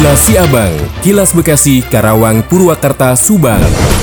Kilas Siabang, Kilas Bekasi, Karawang, Purwakarta, Subang.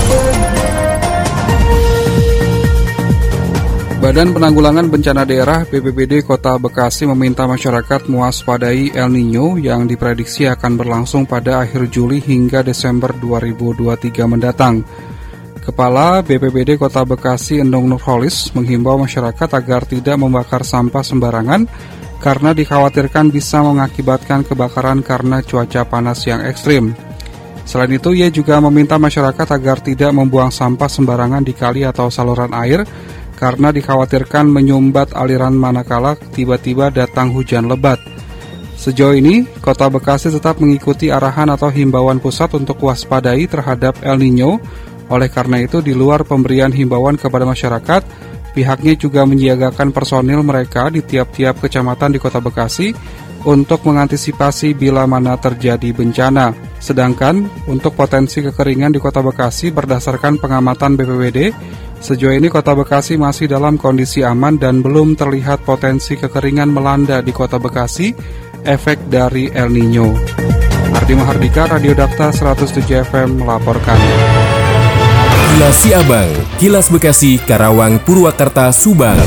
Badan Penanggulangan Bencana Daerah BPBD Kota Bekasi meminta masyarakat mewaspadai El Nino yang diprediksi akan berlangsung pada akhir Juli hingga Desember 2023 mendatang. Kepala BPBD Kota Bekasi Endong Nurholis menghimbau masyarakat agar tidak membakar sampah sembarangan karena dikhawatirkan bisa mengakibatkan kebakaran karena cuaca panas yang ekstrim. Selain itu, ia juga meminta masyarakat agar tidak membuang sampah sembarangan di kali atau saluran air karena dikhawatirkan menyumbat aliran manakala tiba-tiba datang hujan lebat. Sejauh ini, Kota Bekasi tetap mengikuti arahan atau himbauan pusat untuk waspadai terhadap El Nino. Oleh karena itu, di luar pemberian himbauan kepada masyarakat, pihaknya juga menyiagakan personil mereka di tiap-tiap kecamatan di Kota Bekasi untuk mengantisipasi bila mana terjadi bencana. Sedangkan untuk potensi kekeringan di Kota Bekasi berdasarkan pengamatan BPBD, sejauh ini Kota Bekasi masih dalam kondisi aman dan belum terlihat potensi kekeringan melanda di Kota Bekasi, efek dari El Nino. Ardi Mahardika, Radio Dakta 107 FM melaporkan. Kilas Siabang, Kilas Bekasi, Karawang, Purwakarta, Subang.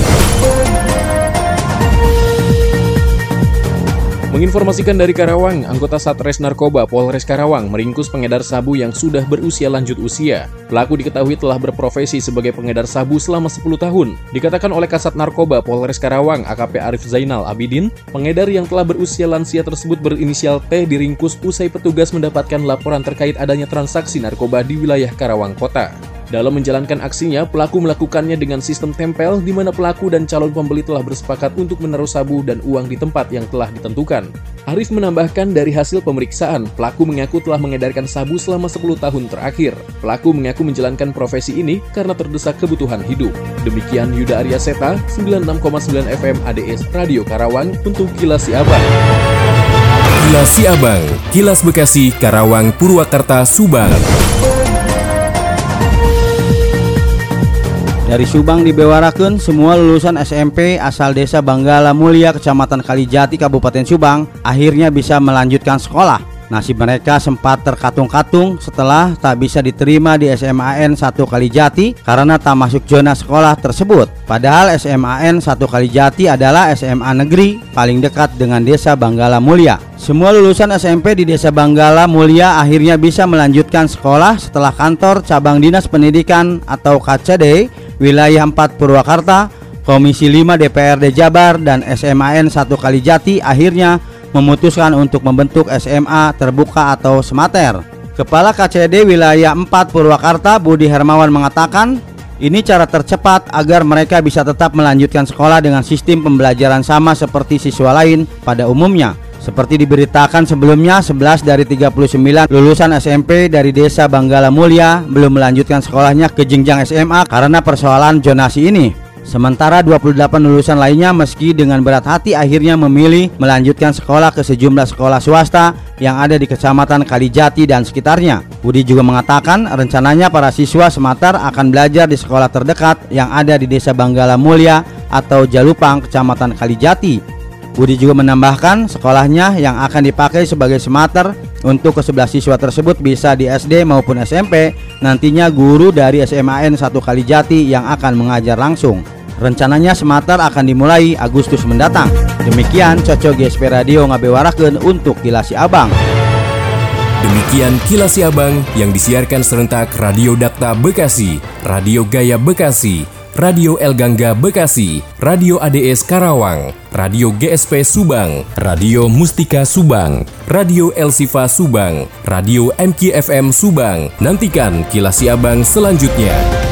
Menginformasikan dari Karawang, anggota Satres Narkoba Polres Karawang meringkus pengedar sabu yang sudah berusia lanjut usia. Pelaku diketahui telah berprofesi sebagai pengedar sabu selama 10 tahun. Dikatakan oleh Kasat Narkoba Polres Karawang AKP Arif Zainal Abidin, pengedar yang telah berusia lansia tersebut berinisial T diringkus usai petugas mendapatkan laporan terkait adanya transaksi narkoba di wilayah Karawang Kota. Dalam menjalankan aksinya, pelaku melakukannya dengan sistem tempel di mana pelaku dan calon pembeli telah bersepakat untuk menaruh sabu dan uang di tempat yang telah ditentukan. Arif menambahkan dari hasil pemeriksaan, pelaku mengaku telah mengedarkan sabu selama 10 tahun terakhir. Pelaku mengaku menjalankan profesi ini karena terdesak kebutuhan hidup. Demikian Yuda Arya Seta, 96,9 FM ADS Radio Karawang untuk Kilas Siabang. Kilas Siabang, Kilas Bekasi, Karawang, Purwakarta, Subang. Dari Subang dibewarakeun, semua lulusan SMP asal Desa Banggala Mulia, Kecamatan Kalijati, Kabupaten Subang akhirnya bisa melanjutkan sekolah. Nasib mereka sempat terkatung-katung setelah tak bisa diterima di SMAN 1 Kalijati karena tak masuk zona sekolah tersebut. Padahal SMAN 1 Kalijati adalah SMA negeri paling dekat dengan Desa Banggala Mulia. Semua lulusan SMP di Desa Banggala Mulia akhirnya bisa melanjutkan sekolah setelah kantor Cabang Dinas Pendidikan atau KCD Wilayah 4 Purwakarta, Komisi 5 DPRD Jabar, dan SMAN 1 Kalijati akhirnya memutuskan untuk membentuk SMA terbuka atau SMATER. Kepala KCD Wilayah 4 Purwakarta Budi Hermawan mengatakan, ini cara tercepat agar mereka bisa tetap melanjutkan sekolah dengan sistem pembelajaran sama seperti siswa lain pada umumnya. Seperti diberitakan sebelumnya, 11 dari 39 lulusan SMP dari Desa Banggala Mulia belum melanjutkan sekolahnya ke jenjang SMA karena persoalan zonasi ini. Sementara 28 lulusan lainnya meski dengan berat hati akhirnya memilih melanjutkan sekolah ke sejumlah sekolah swasta yang ada di Kecamatan Kalijati dan sekitarnya. Budi juga mengatakan rencananya para siswa SMATER akan belajar di sekolah terdekat yang ada di Desa Banggala Mulia atau Jalupang, Kecamatan Kalijati. Budi juga menambahkan sekolahnya yang akan dipakai sebagai SMATER untuk ke-11 siswa tersebut bisa di SD maupun SMP. Nantinya guru dari SMAN 1 Kalijati yang akan mengajar langsung. Rencananya SMATER akan dimulai Agustus mendatang. Demikian Coco GSP Radio ngabewarakeun untuk Kilas Siabang. Demikian Kilas Siabang yang disiarkan serentak Radio Dakta Bekasi, Radio Gaya Bekasi, Radio El Gangga Bekasi, Radio ADS Karawang, Radio GSP Subang, Radio Mustika Subang, Radio El Sifa Subang, Radio MKFM Subang. Nantikan Kilas Siabang selanjutnya.